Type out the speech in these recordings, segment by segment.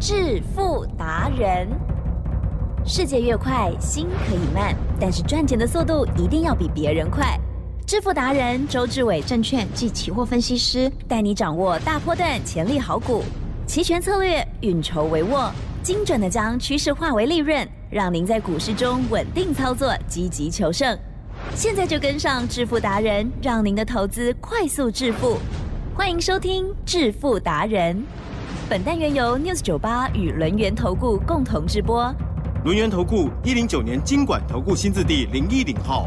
致富达人。世界越快，心可以慢，但是赚钱的速度一定要比别人快。致富达人周志伟证券及期货分析师带你掌握大波段潜力好股，期权策略运筹帷幄，精准的将趋势化为利润，让您在股市中稳定操作，积极求胜。现在就跟上致富达人，让您的投资快速致富。欢迎收听致富达人。本单元由 News 98与轮源投顾共同直播。 轮源投顾109年金管投顾新字第010号。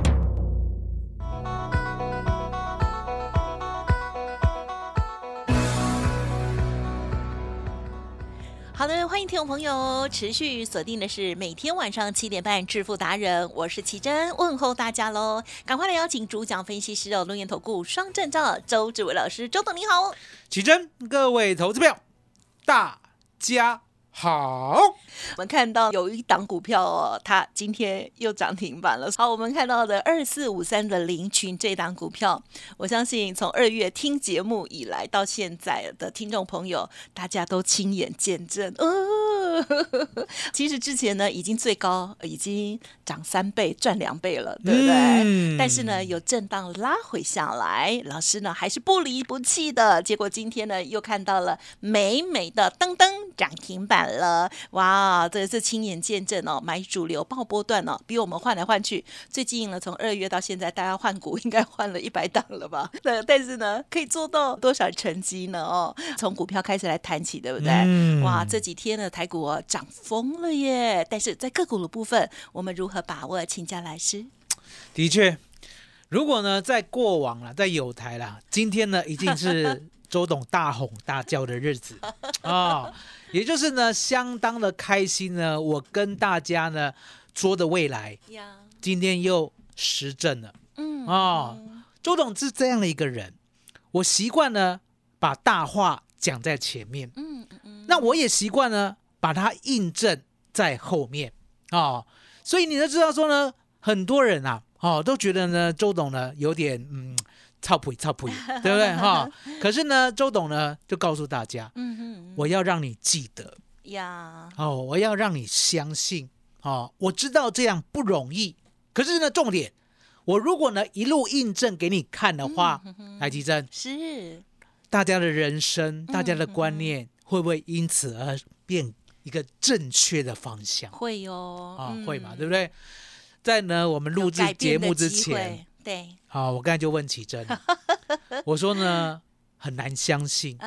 好的，欢迎听众朋友持续锁定的是每天晚上7点半致富达人，我是奇珍，问候大家喽！赶快来邀请主讲分析师轮源投顾双证照周志伟老师，周董你好。 奇珍，各位投资票，大家好。 我们看到有一档股票哦，它今天又涨停板了。好，我们看到的2453的凌群这档股票，我相信从2月听节目以来到现在的听众朋友，大家都亲眼见证。其实之前呢，已经最高已经涨3倍，赚2倍了，对不对？但是呢，有震荡拉回下来，老师呢还是不离不弃的。结果今天呢，又看到了美美的噔噔涨停板了，哇！这是亲眼见证哦，买主流爆波段哦，比我们换来换去，最近呢，从2月到现在，大家换股应该换了100档了吧？对，但是呢，可以做到多少成绩呢？哦，从股票开始来谈起，对不对？哇，这几天的台股涨疯了耶！但是在个股的部分，我们如何把握？请教老师。 的确，如果呢，在过往啦，在有台啦，今天呢，一定是周董大吼大叫的日子啊。也就是呢，相当的开心呢。我跟大家呢说的未来，今天又实证了。周董是这样的一个人，我习惯呢把大话讲在前面，那我也习惯呢把它印证在后面所以你就知道说呢，很多人啊都觉得呢周董呢有点操屁，对不对可是呢，周董呢就告诉大家，我要让你记得我要让你相信我知道这样不容易，可是呢，重点，我如果呢一路印证给你看的话，来奇珍， 是大家的人生，大家的观念会不会因此而变一个正确的方向？ 会哟， 会嘛，对不对？在呢我们录制节目之前。 对， 好，我刚才就问奇珍，我说呢很难相信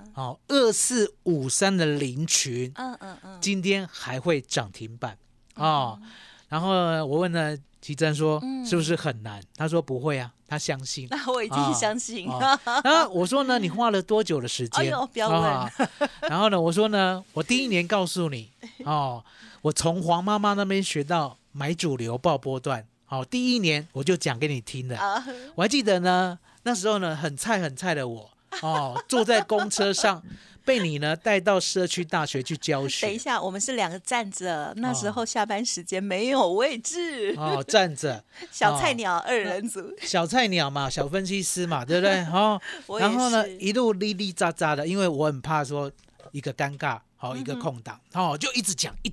，2453的凌群，今天还会涨停板然后我问呢奇珍说，是不是很难？他说不会啊，他相信。 那我已经相信。 然后我说呢，你花了多久的时间？ 哎呦，不要问。 然后呢，我说呢，我第1年告诉你我从黄妈妈那边学到买主流爆波段。第1年我就讲给你听了。我还记得呢，那时候呢很菜的我坐在公车上被你呢带到社区大学去教学。 等一下，我们是2个站着，那时候下班时间没有位置站着小菜鸟2人组， 小菜鸟嘛，小分析师嘛，对不对然后呢一路哩哩喳喳的，因为我很怕说一个尴尬一个空档就一直讲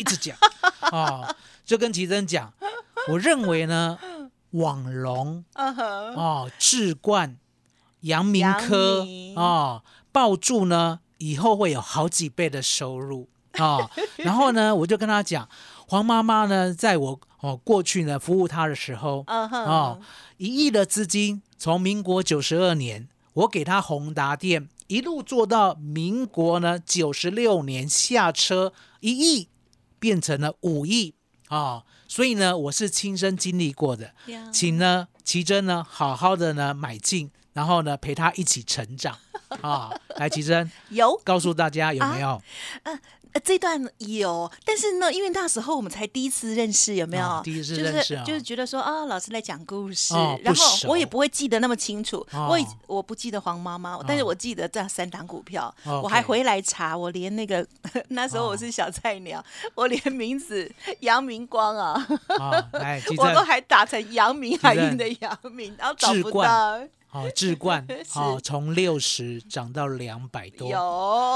就跟奇珍讲，我认为呢网龙智冠、阳明科抱住呢以后会有好几倍的收入然后呢我就跟他讲，黄妈妈呢在我过去呢服务她的时候1亿的资金，从民国92年我给她宏达电一路做到民国呢96年下车1亿变成了5亿所以呢我是亲身经历过的，请呢奇珍呢好好的呢买进，然后呢陪他一起成长来奇珍有告诉大家有没有这段有，但是呢，因为那时候我们才第一次认识，有没有？ 第一次认识就是觉得说老师在讲故事，然后我也不会记得那么清楚，我不记得黄妈妈，但是我记得这3档股票，我还回来查，我连那个那时候我是小菜鸟，我连名字阳明光我都还打成阳明海运的阳明，然后找不到。 智冠从60涨到200多，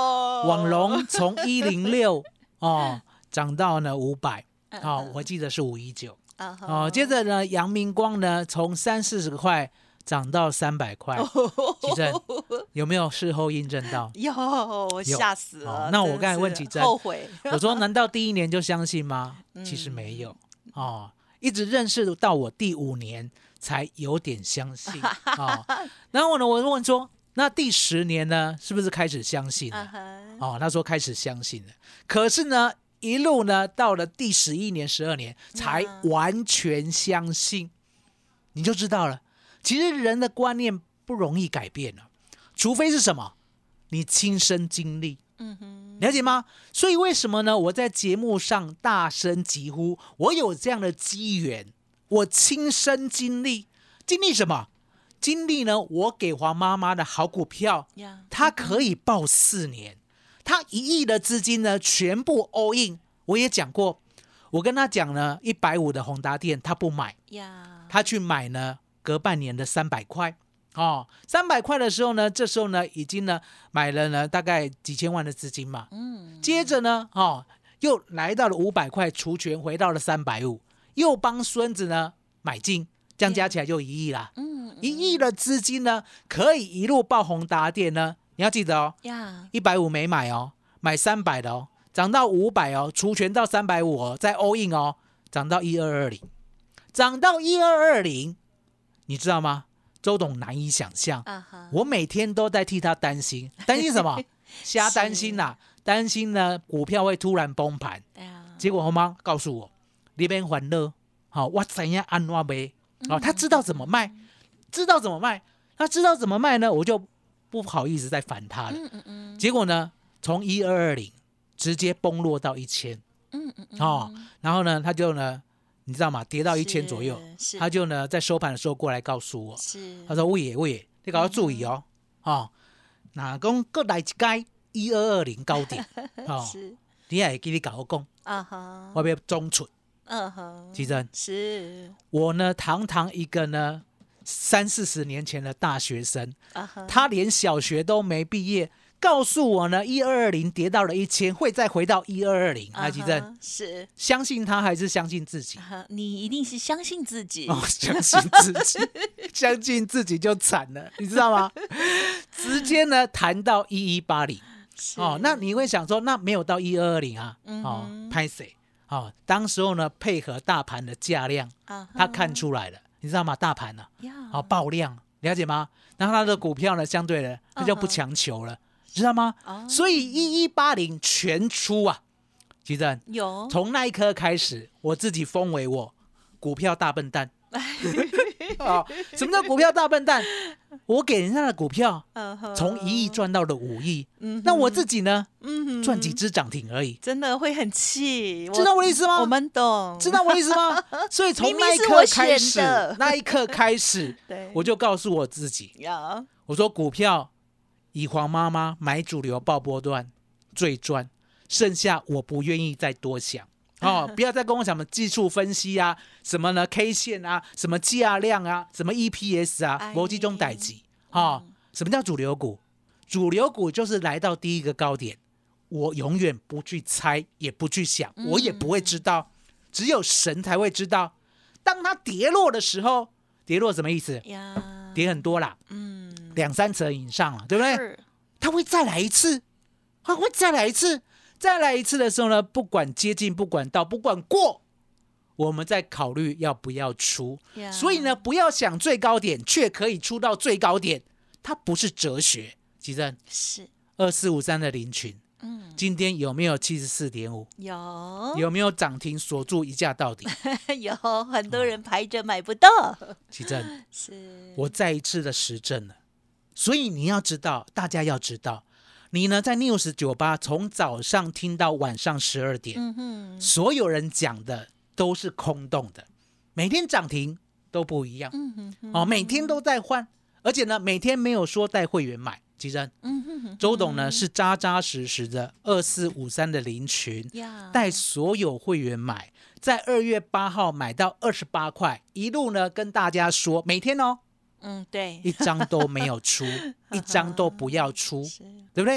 网龙从106涨到呢500，我记得是519。接着呢，阳明光呢从30-40块涨到300块，启真有没有事后印证到？ 有，我吓死了。 那我刚才问启真， 后悔。 我说难道第1年就相信吗？其实没有一直认识到我第5年才有点相信然后呢，我问说，那第10年呢，是不是开始相信了？他说开始相信了，可是呢，一路呢到了第11年、12年才完全相信，你就知道了。其实人的观念不容易改变了，除非是什么？你亲身经历。了解吗？所以为什么呢？我在节目上大声疾呼，我有这样的机缘，我亲身经历什么？经历呢？我给黄妈妈的好股票，她可以抱4年，她1亿的资金呢，全部 all in。我也讲过，我跟她讲呢，150的宏达电她不买，她去买呢，隔半年的300块。300块的时候呢，这时候呢已经呢买了呢大概几千万的资金嘛，接着呢又来到了500块，除权回到了350，又帮孙子呢买进，这样加起来就1亿啦。1亿的资金呢可以一路抱宏达电呢，你要记得150没买买300的涨到500除权到350再 all in 涨到1220，涨到1220，你知道吗？周董难以想象，我每天都在替他担心，担心什么？瞎担心啦，担心呢股票会突然崩盘。结果红妈告诉我，你别烦恼，我怎样安怎卖？他知道怎么卖，他知道怎么卖呢，我就不好意思再烦他了。结果呢，从1220直接崩落到1000，然后呢，他就呢。你知道吗？跌到1000左右，他就呢在收盘的时候过来告诉我，他说：“魏爷，你给我注意哪讲各来一届1220高点，你也给你跟我讲，我要中出，其实是我呢，堂堂一个呢30-40年前的大学生，他连小学都没毕业。”告诉我呢，1220跌到了1000，会再回到1220。来，吉正是相信他还是相信自己？ 你一定是相信自己相信自己，相信自己就惨了，你知道吗？直接呢谈到1180那你会想说，那没有到1220啊？拍谁？当时候呢配合大盘的价量，他看出来了，你知道吗？大盘呢爆量，了解吗？然后他的股票呢相对的他就不强求了。知道吗？所以1180全出啊，其实有从那一刻开始，我自己封为我股票大笨蛋。什么叫股票大笨蛋？我给人家的股票从1亿赚到了5亿，那我自己呢赚几只涨停而已， 真的会很气。 知道我的意思吗？ 我们懂， 知道我的意思吗？所以从那一刻开始，我就告诉我自己，我说股票。以黄妈妈买主流爆波段最赚，剩下我不愿意再多想不要再跟我讲什么技术分析啊，什么呢 K 线啊，什么价量啊，什么 EPS 啊，没这种代志什么叫主流股？主流股就是来到第一个高点，我永远不去猜，也不去想，我也不会知道，只有神才会知道。当它跌落的时候，跌落什么意思？跌很多啦，2-3成以上了，对不对？它会再来一次，再来一次的时候呢，不管接近，不管到，不管过，我们再考虑要不要出。所以呢，不要想最高点，却可以出到最高点，它不是哲学。吉正是 2453的林群，今天有没有74.5？有没有涨停锁住一价到底？ 有很多人排着买不到。 奇正是我再一次的实证了，所以你要知道，大家要知道，你呢在 News 98从早上听到晚上12点，所有人讲的都是空洞的，每天涨停都不一样，每天都在换，而且呢每天没有说带会员买。其实周董呢是扎扎实实的2453的林群，带所有会员买，在2月8号买到28块，一路呢跟大家说，每天对，一张都没有出，一张都不要出，对不对？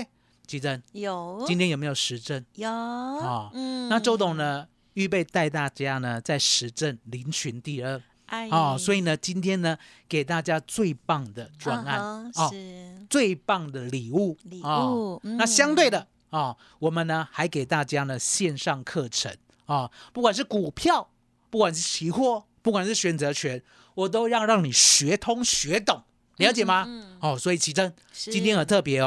奇珍有今天有没有实证？ 有那周董呢，预备带大家呢在实证林群第2。所以呢，今天呢，给大家最棒的专案， 是最棒的礼物，那相对的我们呢还给大家呢线上课程不管是股票，不管是期货，不管是选择权，我都要让你学通学懂，了解吗？所以奇珍今天很特别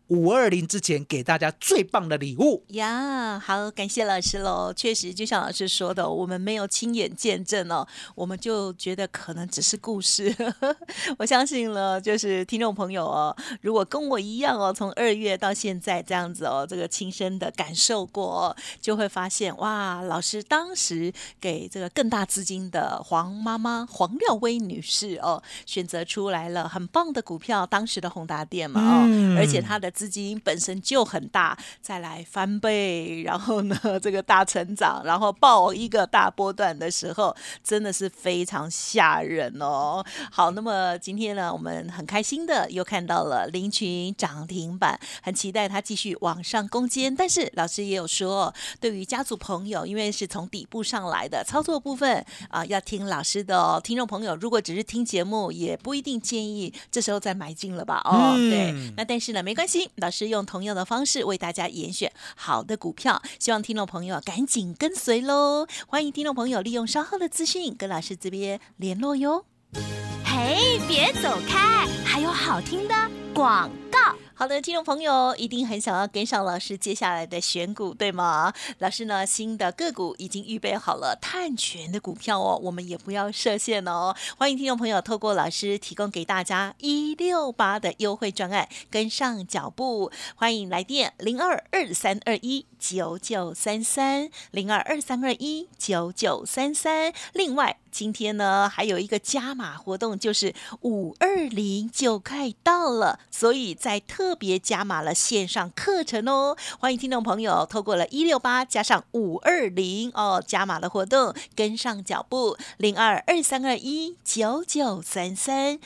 520之前给大家最棒的礼物呀，好，感谢老师喽。确实，就像老师说的，我们没有亲眼见证我们就觉得可能只是故事。我相信了，就是听众朋友如果跟我一样从2月到现在这样子这个亲身的感受过就会发现哇，老师当时给这个更大资金的黄妈妈黄廖薇女士选择出来了很棒的股票，当时的宏达电嘛而且她的资金本身就很大，再来翻倍，然后呢这个大成长，然后爆一个大波段的时候，真的是非常吓人好，那么今天呢，我们很开心的又看到了林群涨停板，很期待它继续往上攻坚。但是老师也有说，对于家族朋友，因为是从底部上来的操作部分要听老师的听众朋友，如果只是听节目，也不一定建议这时候再买进了吧对，那但是呢没关系。老师用同样的方式为大家严选好的股票，希望听众朋友赶紧跟随咯。欢迎听众朋友利用稍后的资讯跟老师这边联络哟。 嘿，别走开，还有好听的广告。 好的，听众朋友一定很想要跟上老师接下来的选股，对吗？老师呢，新的个股已经预备好了碳权的股票我们也不要设限欢迎听众朋友透过老师提供给大家168的优惠专案，跟上脚步。欢迎来电0223219933 0223219933。另外今天呢还有一个加码活动，就是520就快到了，所以在特别加码了线上课程欢迎听众朋友透过了168加上520加码的活动，跟上脚步。0223219933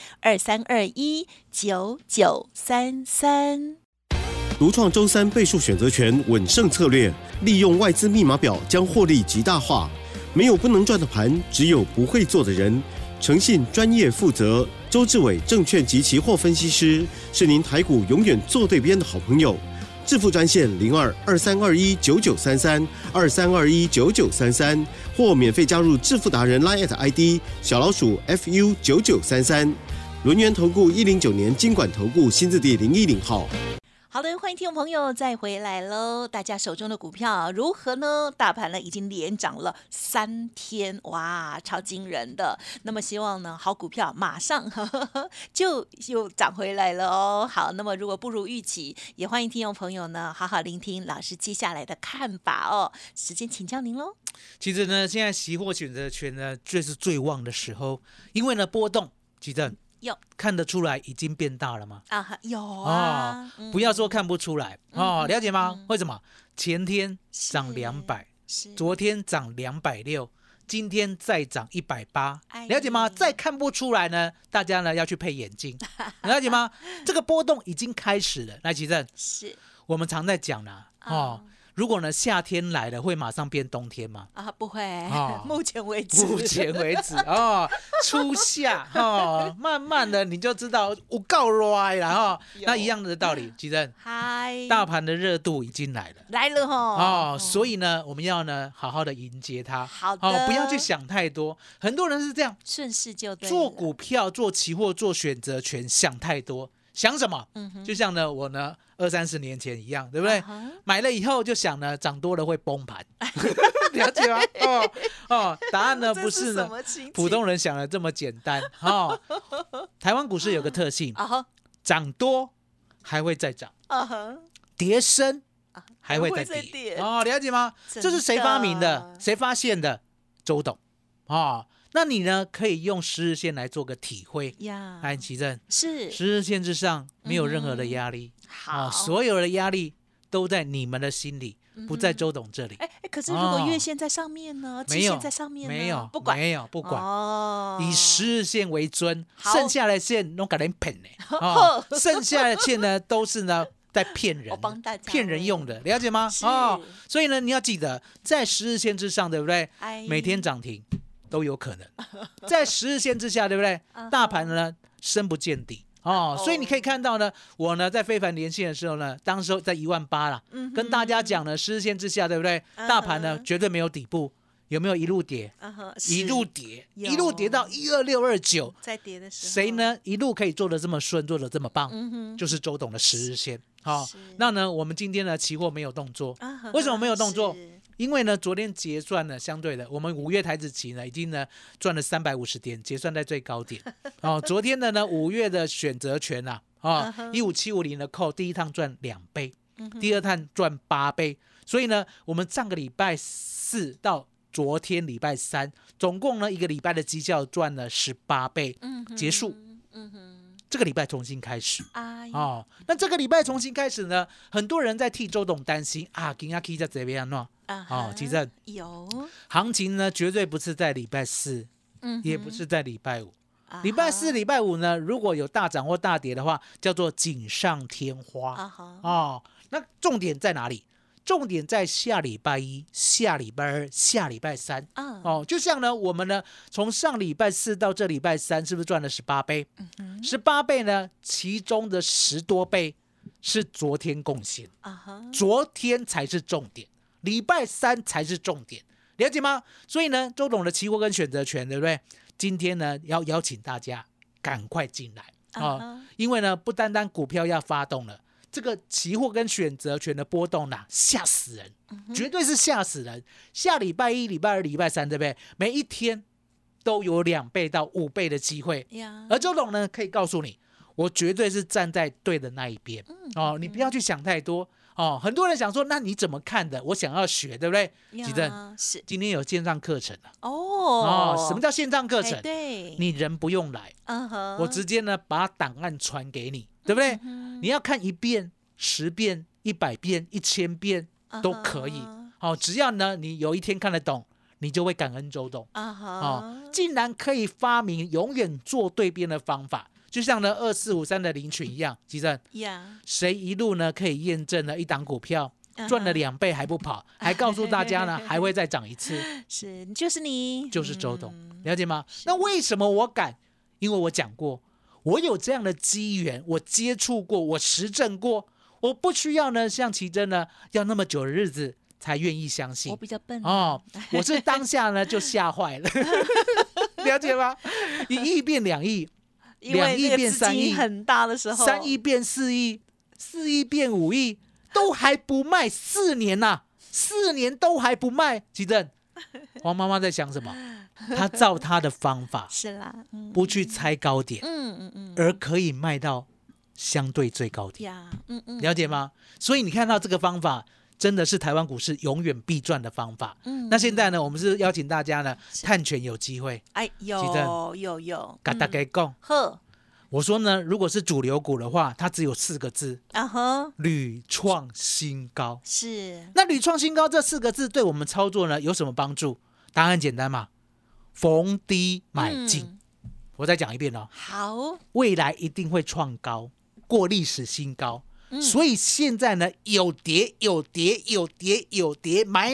23219933。 独创周3倍数选择权稳胜策略，利用外资密码表将获利极大化。没有不能赚的盘，只有不会做的人。诚信、专业、负责，周志伟证券及期货分析师是您台股永远坐对边的好朋友。致富专线0223219933 23219933，或免费加入致富达人 LINE@ ID 小老鼠 FU9933。轮源投顾109年金管投顾新字第010号。 好的，欢迎听众朋友再回来喽！大家手中的股票如何呢？大盘呢已经连涨了3天，哇，超惊人的。那么希望呢好股票马上就又涨回来了好，那么如果不如预期，也欢迎听众朋友呢好好聆听老师接下来的看法时间请教您喽。 其实呢，现在期货选择权呢，这是最旺的时候，因为呢波动，其实看得出来已经变大了吗？ 有不要说看不出来了解吗？为什么？前天涨200，昨天涨260，今天再涨180，了解吗？再看不出来呢，大家呢要去配眼镜，了解吗？这个波动已经开始了。来，奇正， 是我们常在讲如果呢夏天来了，会马上变冬天吗？ 不会目前为止初夏慢慢的你就知道有够热了那一样的道理，奇正，大盘的热度已经来了所以呢我们要呢好好的迎接它。 好的不要去想太多。很多人是这样， 顺势就对了。 做股票、做期货、做选择权，想太多。想什么？就像呢我呢20-30年前一样，对不对？买了以后就想呢涨多了会崩盘了解吗？答案呢不是呢普通人想的这么简单台湾股市有个特性涨多还会再涨跌深还会再跌了解吗？这是谁发明的？谁发现的？周董那你呢可以用10日线来做个体会来，奇正，是10日线之上没有任何的压力所有的压力都在你们的心里，不在周董这里。 可是如果月线在上面呢？季线在上面呢？ 没有， 不管以10日线为尊，剩下的线都给人骗剩下的线呢都是呢在骗人， 我帮大家骗人用的，了解吗？ 是所以呢，你要记得在10日线之上，对不对？ 哎每天涨停都有可能，在10日线之下，对不对？大盘呢深不见底。所以你可以看到呢，我呢在非凡连线的时候呢，当时在18000啦，跟大家讲呢10日线之下，对不对？大盘呢绝对没有底部，有没有一路跌？一路跌，一路跌到12629， 在跌的时候， 谁呢一路可以做得这么顺，做得这么棒？就是周董的10日线。那呢我们今天呢期货没有动作，为什么没有动作？因为呢，昨天结算呢，相对的，我们5月台指期呢，已经呢赚了350点，结算在最高点。昨天的呢5月的选择权啊，15750的call，第一趟赚2倍，第二趟赚8倍。所以呢，我们上个礼拜4到昨天礼拜3，总共呢一个礼拜的绩效赚了18倍，结束。这个礼拜重新开始那这个礼拜重新开始呢，很多人在替周董担心啊，今天 K 在这边呢。其实有行情呢，绝对不是在礼拜4，也不是在礼拜5。礼拜4、礼拜5呢，如果有大涨或大跌的话，叫做锦上添花那重点在哪里？重点在下礼拜1、下礼拜2、下礼拜3。就像呢，我们呢从上礼拜4到这礼拜3，是不是赚了18倍？18倍呢，其中的10多倍是昨天贡献，昨天才是重点。礼拜3才是重点，了解吗？所以呢，周董的期货跟选择权，对不对？今天呢，要邀请大家赶快进来因为呢，不单单股票要发动了，这个期货跟选择权的波动吓死人，绝对是吓死人。下礼拜1、礼拜2、礼拜3，对不对？每一天都有2倍到5倍的机会，而周董呢，可以告诉你，我绝对是站在对的那一边你不要去想太多。很多人想说，那你怎么看的？我想要学，对不对？吉正，今天有线上课程了什么叫线上课程？ 对， 你人不用来我直接呢把档案传给你，对不对？你要看1遍、10遍、100遍、1000遍都可以只要呢你有一天看得懂，你就会感恩周董竟然可以发明永远做对边的方法。就像呢2453的林群一样，吉正，谁一路呢可以验证了一档股票赚了2倍还不跑，还告诉大家呢还会再涨一次， 就是你， 就是周董，了解吗？那为什么我敢？因为我讲过，我有这样的机缘，我接触过，我实证过，我不需要呢像奇珍呢要那么久的日子才愿意相信。 我比较笨我是当下呢就吓坏了，了解吗？1亿变2亿。2亿变3亿， 很大的时候 ，3亿变4亿，4亿变5亿，都还不卖，4年4年都还不卖。吉正，黄妈妈在想什么？她照她的方法， 是啦， 不去猜高点，而可以卖到相对最高点，了解吗？所以你看到这个方法，真的是台湾股市永远必赚的方法。那现在呢，我们是邀请大家呢，碳权有机会。 有， 跟大家讲，我说呢，如果是主流股的话，它只有4个字屡创新高。 是， 那屡创新高这4个字对我们操作呢有什么帮助？答案很简单嘛，逢低买进。我再讲一遍好， 未来一定会创高，过历史新高。所以现在呢，有跌，买，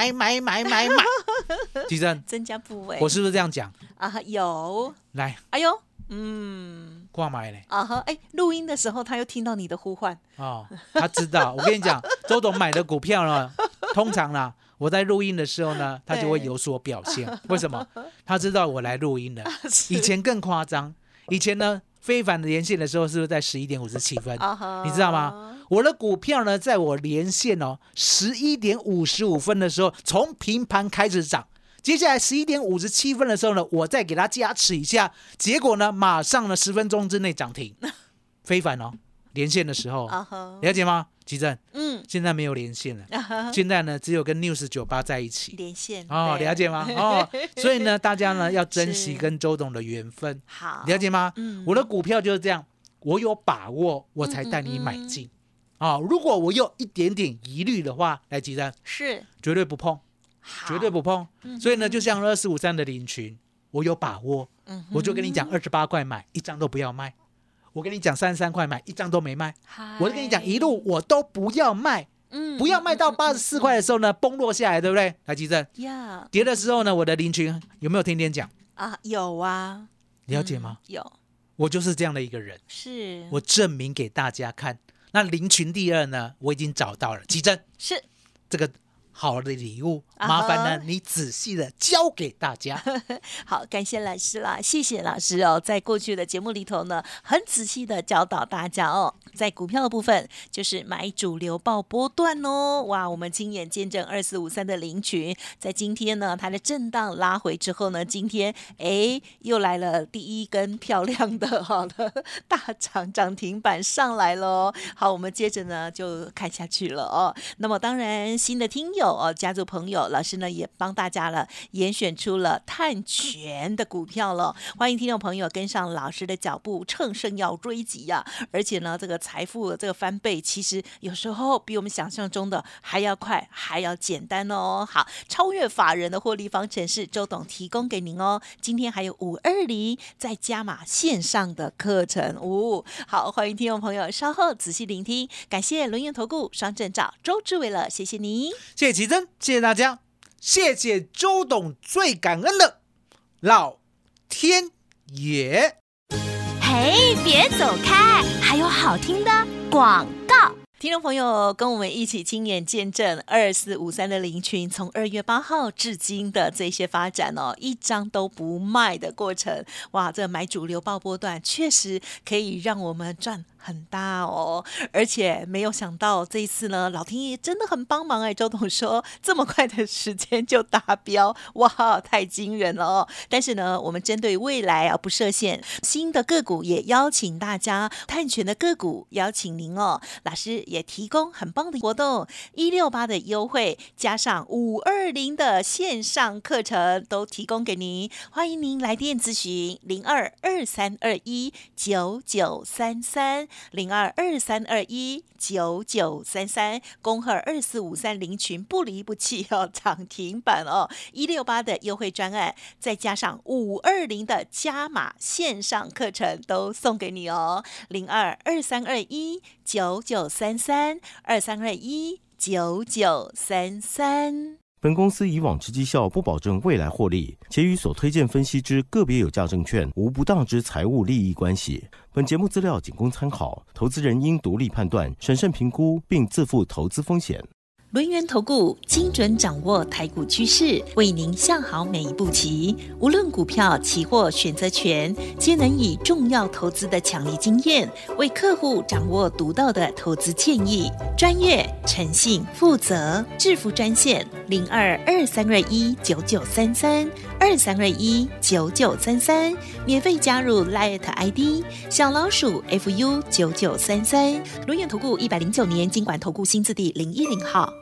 吉正， 增加部位， 我是不是这样讲有， 来， 哎呦， 挂买嘞录音的时候他又听到你的呼唤他知道。我跟你讲，周董买的股票呢，通常啦，我在录音的时候呢，他就会有所表现。为什么？他知道我来录音了。以前更夸张，以前呢。非凡的连线的时候，是不是在11点57分？你知道吗？我的股票呢，在我连线11点55分的时候，从平盘开始涨。接下来11点57分的时候呢，我再给它加持一下，结果呢，马上呢10分钟之内涨停。非凡连线的时候，了解吗？吉正，现在没有连线了，现在呢只有跟 News98 在一起连线了解吗？所以呢，大家呢要珍惜跟周董的缘分， 好， 了解吗？我的股票就是这样，我有把握我才带你买进如果我有一点点疑虑的话，来吉正， 是绝对不碰，绝对不碰。所以呢，就像2453的林群，我有把握，我就跟你讲28块买，一张都不要卖。 我跟你讲33块买，一张都没卖。 嗨我就跟你讲，一路我都不要卖，不要卖到84块的时候呢，崩落下来，对不对？台积电呀跌的时候呢，我的邻群有没有天天讲？ 啊，有啊， 了解吗？ 有， 我就是这样的一个人， 是我证明给大家看。那邻群第二呢，我已经找到了，奇珍是这个好的礼物， 啊哈麻烦呢你仔细的教给大家。 好，感谢老师啦，谢谢老师哦，在过去的节目里头呢，很仔细的教导大家哦，在股票的部分就是买主流爆波段哦。哇，我们亲眼见证2453的林群，在今天呢，它的震荡拉回之后呢，今天又来了第一根漂亮的好的大涨停板上来了哦。好，我们接着呢就看下去了哦。那么当然，新的听友哦，家族朋友，老师呢也帮大家了严选出了碳权的股票了，欢迎听众朋友跟上老师的脚步，乘胜要追击呀、而且呢，这个财富这个翻倍，其实有时候比我们想象中的还要快，还要简单哦。好，超越法人的获利方程式，周董提供给您哦。今天还有520再加码线上的课程哦。好，欢迎听众朋友稍后仔细聆听。感谢轮源投顾双证照周志伟了，谢谢你。 谢谢奇珍，谢谢大家，谢谢周董，最感恩的老天爷。 嘿，别走开，还有好听的广告。 听众朋友，跟我们一起亲眼见证2453的林群从2月8号至今的这些发展哦，一张都不卖的过程。哇，这买主流爆波段确实可以让我们赚很大哦，而且没有想到这一次呢，老天爷真的很帮忙哎。周董说这么快的时间就达标，哇，太惊人了哦！但是呢，我们针对未来啊不设限，新的个股也邀请大家，碳权的个股邀请您哦，老师也提供很棒的活动，168的优惠加上520的线上课程都提供给您，欢迎您来电咨询0223219933。0223219933，恭贺2453林群不离不弃哦，涨停板哦，168的优惠专案，再加上520的加码线上课程都送给你哦，0223219933，23219933。 本公司以往之绩效不保证未来获利，且与所推荐分析之个别有价证券无不当之财务利益关系。本节目资料仅供参考，投资人应独立判断、审慎评估，并自负投资风险。 轮源投顾精准掌握台股趋势，为您下好每一步棋。无论股票、期货、选择权，皆能以重要投资的强力经验，为客户掌握独到的投资建议。专业、诚信、负责，致富专线0223219933，23219933，免费加入 LINE ID 小老鼠 FU9933。轮源投顾109年金管投顾新字第010号。